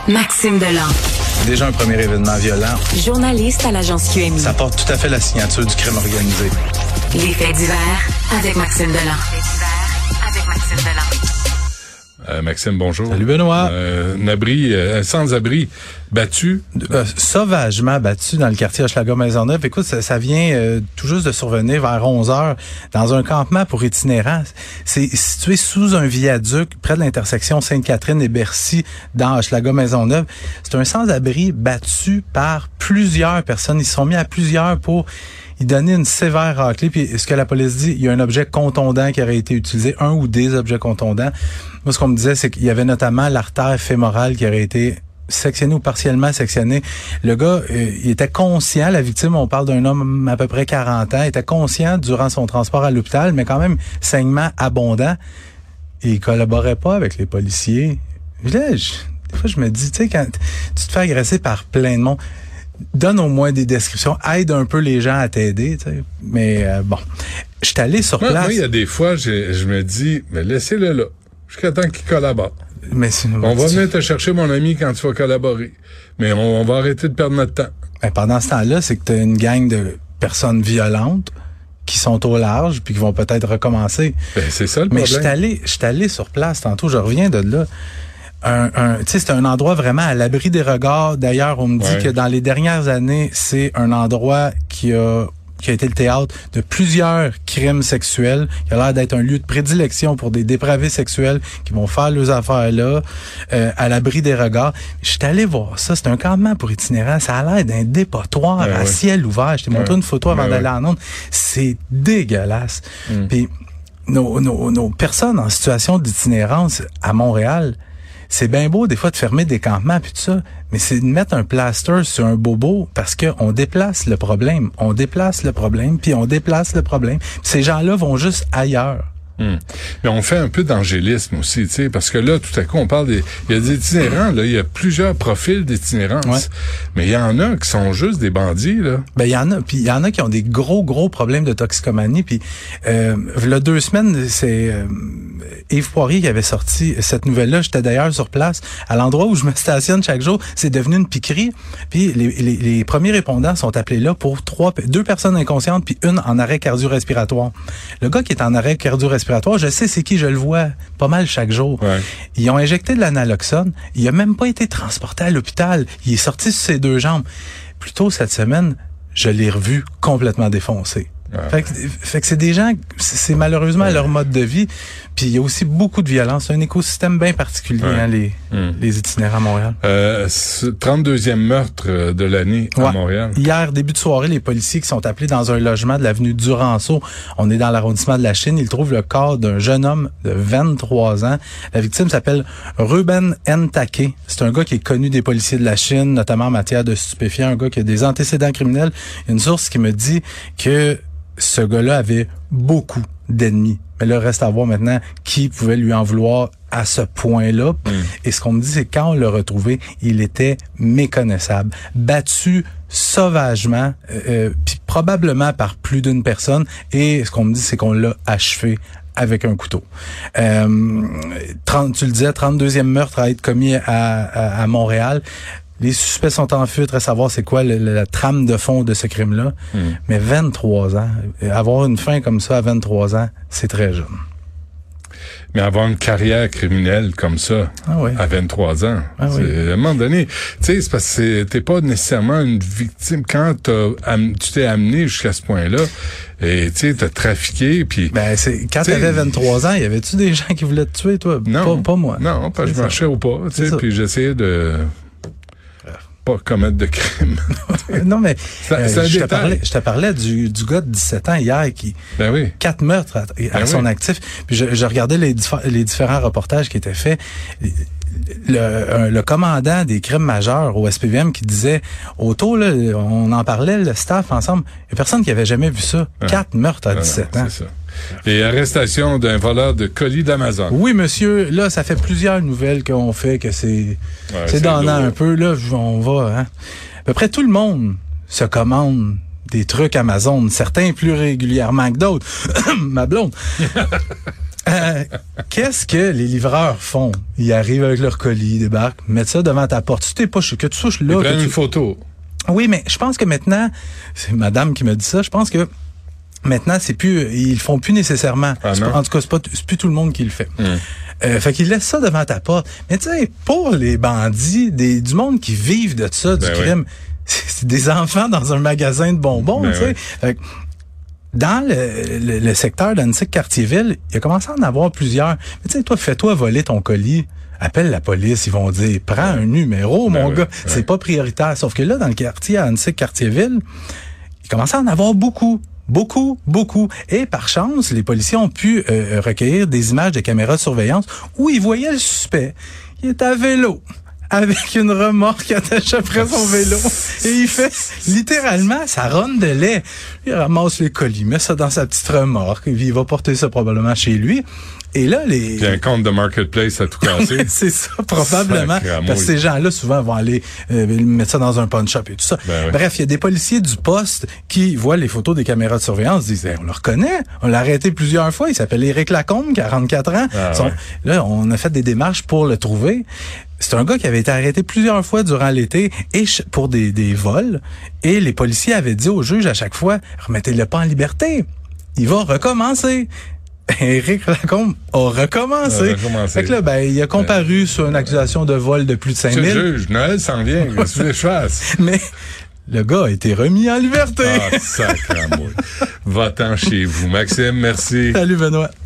Maxime Delan. Déjà un premier événement violent. Journaliste à l'agence QMI. Ça porte tout à fait la signature du crime organisé. Les faits divers avec Maxime Delan. Maxime, bonjour. Salut Benoît. Un sans-abri battu. Sauvagement battu dans le quartier Hochelaga-Maisonneuve. Écoute, ça vient tout juste de survenir vers 11h dans un campement pour itinérants. C'est situé sous un viaduc près de l'intersection Sainte-Catherine et Bercy dans Hochelaga-Maisonneuve. C'est un sans-abri battu par plusieurs personnes. Ils se sont mis à plusieurs pour y donner une sévère raclée. Puis ce que la police dit, il y a un objet contondant qui aurait été utilisé, un ou des objets contondants. Moi, ce qu'on me disait, c'est qu'il y avait notamment l'artère fémorale qui aurait été sectionné ou partiellement sectionné. Le gars, il était conscient, la victime, on parle d'un homme à peu près 40 ans, était conscient durant son transport à l'hôpital, mais quand même saignement abondant. Et il collaborait pas avec les policiers. Là, des fois, je me dis, tu sais, quand tu te fais agresser par plein de monde, donne au moins des descriptions, aide un peu les gens à t'aider, tu sais. Mais bon, je suis allé sur place. Moi, il y a des fois, je me dis, mais laissez-le là, jusqu'à temps qu'il collabore. Mais on va venir te chercher, mon ami, quand tu vas collaborer. Mais on va arrêter de perdre notre temps. Ben, pendant ce temps-là, c'est que tu as une gang de personnes violentes qui sont au large puis qui vont peut-être recommencer. Ben, c'est ça le problème. Mais je suis allé sur place tantôt, je reviens de là. Tu sais, c'est un endroit vraiment à l'abri des regards. D'ailleurs, on me dit que dans les dernières années, c'est un endroit qui a été le théâtre de plusieurs crimes sexuels, qui a l'air d'être un lieu de prédilection pour des dépravés sexuels qui vont faire leurs affaires là, à l'abri des regards. Je suis allé voir ça, c'est un campement pour itinérants, ça a l'air d'un dépotoir à ciel ouvert. Je t'ai montré une photo avant d'aller en onde. C'est dégueulasse. Puis nos personnes en situation d'itinérance à Montréal, c'est bien beau des fois de fermer des campements puis tout ça, mais c'est de mettre un plaster sur un bobo parce que on déplace le problème, puis on déplace le problème. Puis ces gens-là vont juste ailleurs. Mais on fait un peu d'angélisme aussi, tu sais, parce que là, tout à coup, on parle il y a des itinérants, là, il y a plusieurs profils d'itinérance. Mais il y en a qui sont juste des bandits, là. Ben, il y en a, puis il y en a qui ont des gros problèmes de toxicomanie, puis il y a 2 semaines, c'est Yves Poirier qui avait sorti cette nouvelle-là. J'étais d'ailleurs sur place, à l'endroit où je me stationne chaque jour, c'est devenu une piquerie, puis les premiers répondants sont appelés là pour 2 personnes inconscientes, puis une en arrêt cardio-respiratoire. Le gars qui est en arrêt cardio-respiratoire, je sais c'est qui, je le vois pas mal chaque jour. Ils ont injecté de l'analoxone. Il a même pas été transporté à l'hôpital. Il est sorti sur ses 2 jambes. Plus tôt cette semaine, je l'ai revu complètement défoncé. Fait que c'est des gens, c'est malheureusement leur mode de vie. Puis il y a aussi beaucoup de violence. C'est un écosystème bien particulier, les itinérants à Montréal. 32e meurtre de l'année à Montréal. Hier, début de soirée, les policiers qui sont appelés dans un logement de l'avenue Duranceau, on est dans l'arrondissement de la Chine, ils trouvent le corps d'un jeune homme de 23 ans. La victime s'appelle Ruben Ntake. C'est un gars qui est connu des policiers de la Chine, notamment en matière de stupéfiants, un gars qui a des antécédents criminels. Il y a une source qui me dit que ce gars-là avait beaucoup d'ennemis. Mais là, reste à voir maintenant qui pouvait lui en vouloir à ce point-là. Et ce qu'on me dit, c'est que quand on l'a retrouvé, il était méconnaissable, battu sauvagement, puis probablement par plus d'une personne. Et ce qu'on me dit, c'est qu'on l'a achevé avec un couteau. Tu le disais, 32e meurtre à être commis à Montréal. Les suspects sont en fuite, à savoir c'est quoi la trame de fond de ce crime-là. Mais 23 ans, avoir une fin comme ça à 23 ans, c'est très jeune. Mais avoir une carrière criminelle comme ça, à 23 ans, à un moment donné, tu sais, c'est parce que t'es pas nécessairement une victime. Quand tu t'es amené jusqu'à ce point-là, et tu sais, t'as trafiqué, puis... Ben, quand t'avais 23 ans, y avait-tu des gens qui voulaient te tuer, toi? Non. Pas moi. Non, pas je marchais au pas, tu sais, puis j'essayais de... pas commettre de crime. Non, mais je te parlais du gars de 17 ans hier qui 4 meurtres à son actif. Puis je regardais les différents reportages qui étaient faits. Le commandant des crimes majeurs au SPVM qui disait auto, là, on en parlait, le staff ensemble, il y a personne qui avait jamais vu ça. 4 meurtres à 17 ans. C'est ça. Et arrestation d'un voleur de colis d'Amazon. Oui, monsieur. Là, ça fait plusieurs nouvelles qu'on fait que c'est donnant un peu. Là, on va... À peu près tout le monde se commande des trucs Amazon. Certains plus régulièrement que d'autres. Ma blonde. Qu'est-ce que les livreurs font? Ils arrivent avec leur colis, ils débarquent, mettent ça devant ta porte. Tu t'es pas que tu souches là. Ils prennent une photo. Oui, mais je pense que maintenant, c'est madame qui me dit ça, je pense que maintenant, ils le font plus nécessairement. En tout cas, c'est plus tout le monde qui le fait. Fait qu'ils laissent ça devant ta porte. Mais tu sais, pour les bandits, du monde qui vivent de ça, du crime, c'est des enfants dans un magasin de bonbons, tu sais. Fait que, dans le secteur d'Annecy-Cartierville, il a commencé à en avoir plusieurs. Mais tu sais, toi, fais-toi voler ton colis. Appelle la police, ils vont dire, prends un numéro, mon gars. C'est pas prioritaire. Sauf que là, dans le quartier à Annecy-Cartierville, il commençait à en avoir beaucoup. Beaucoup. Et par chance, les policiers ont pu recueillir des images de caméras de surveillance où ils voyaient le suspect. Il est à vélo, avec une remorque attachée après son vélo. Et il fait littéralement sa ronde de lait. Il ramasse les colis, met ça dans sa petite remorque, et puis il va porter ça probablement chez lui. Et là, Puis un compte de marketplace à tout casser. C'est ça, probablement. Parce que ces gens-là, souvent, vont aller mettre ça dans un pawn shop et tout ça. Bref, il y a des policiers du poste qui voient les photos des caméras de surveillance, disent, on le reconnaît, on l'a arrêté plusieurs fois, il s'appelle Éric Lacombe, 44 ans. Là, on a fait des démarches pour le trouver. C'est un gars qui avait été arrêté plusieurs fois durant l'été et pour des vols. Et les policiers avaient dit au juge à chaque fois, remettez-le pas en liberté. Il va recommencer. Éric Lacombe a recommencé. Fait que là, il a comparu sur une accusation de vol de plus de 5 000. Monsieur le juge, Noël s'en vient, qu'est-ce que je fasse? Mais le gars a été remis en liberté. Ah, sacramouille. Va-t'en chez vous. Maxime, merci. Salut, Benoît.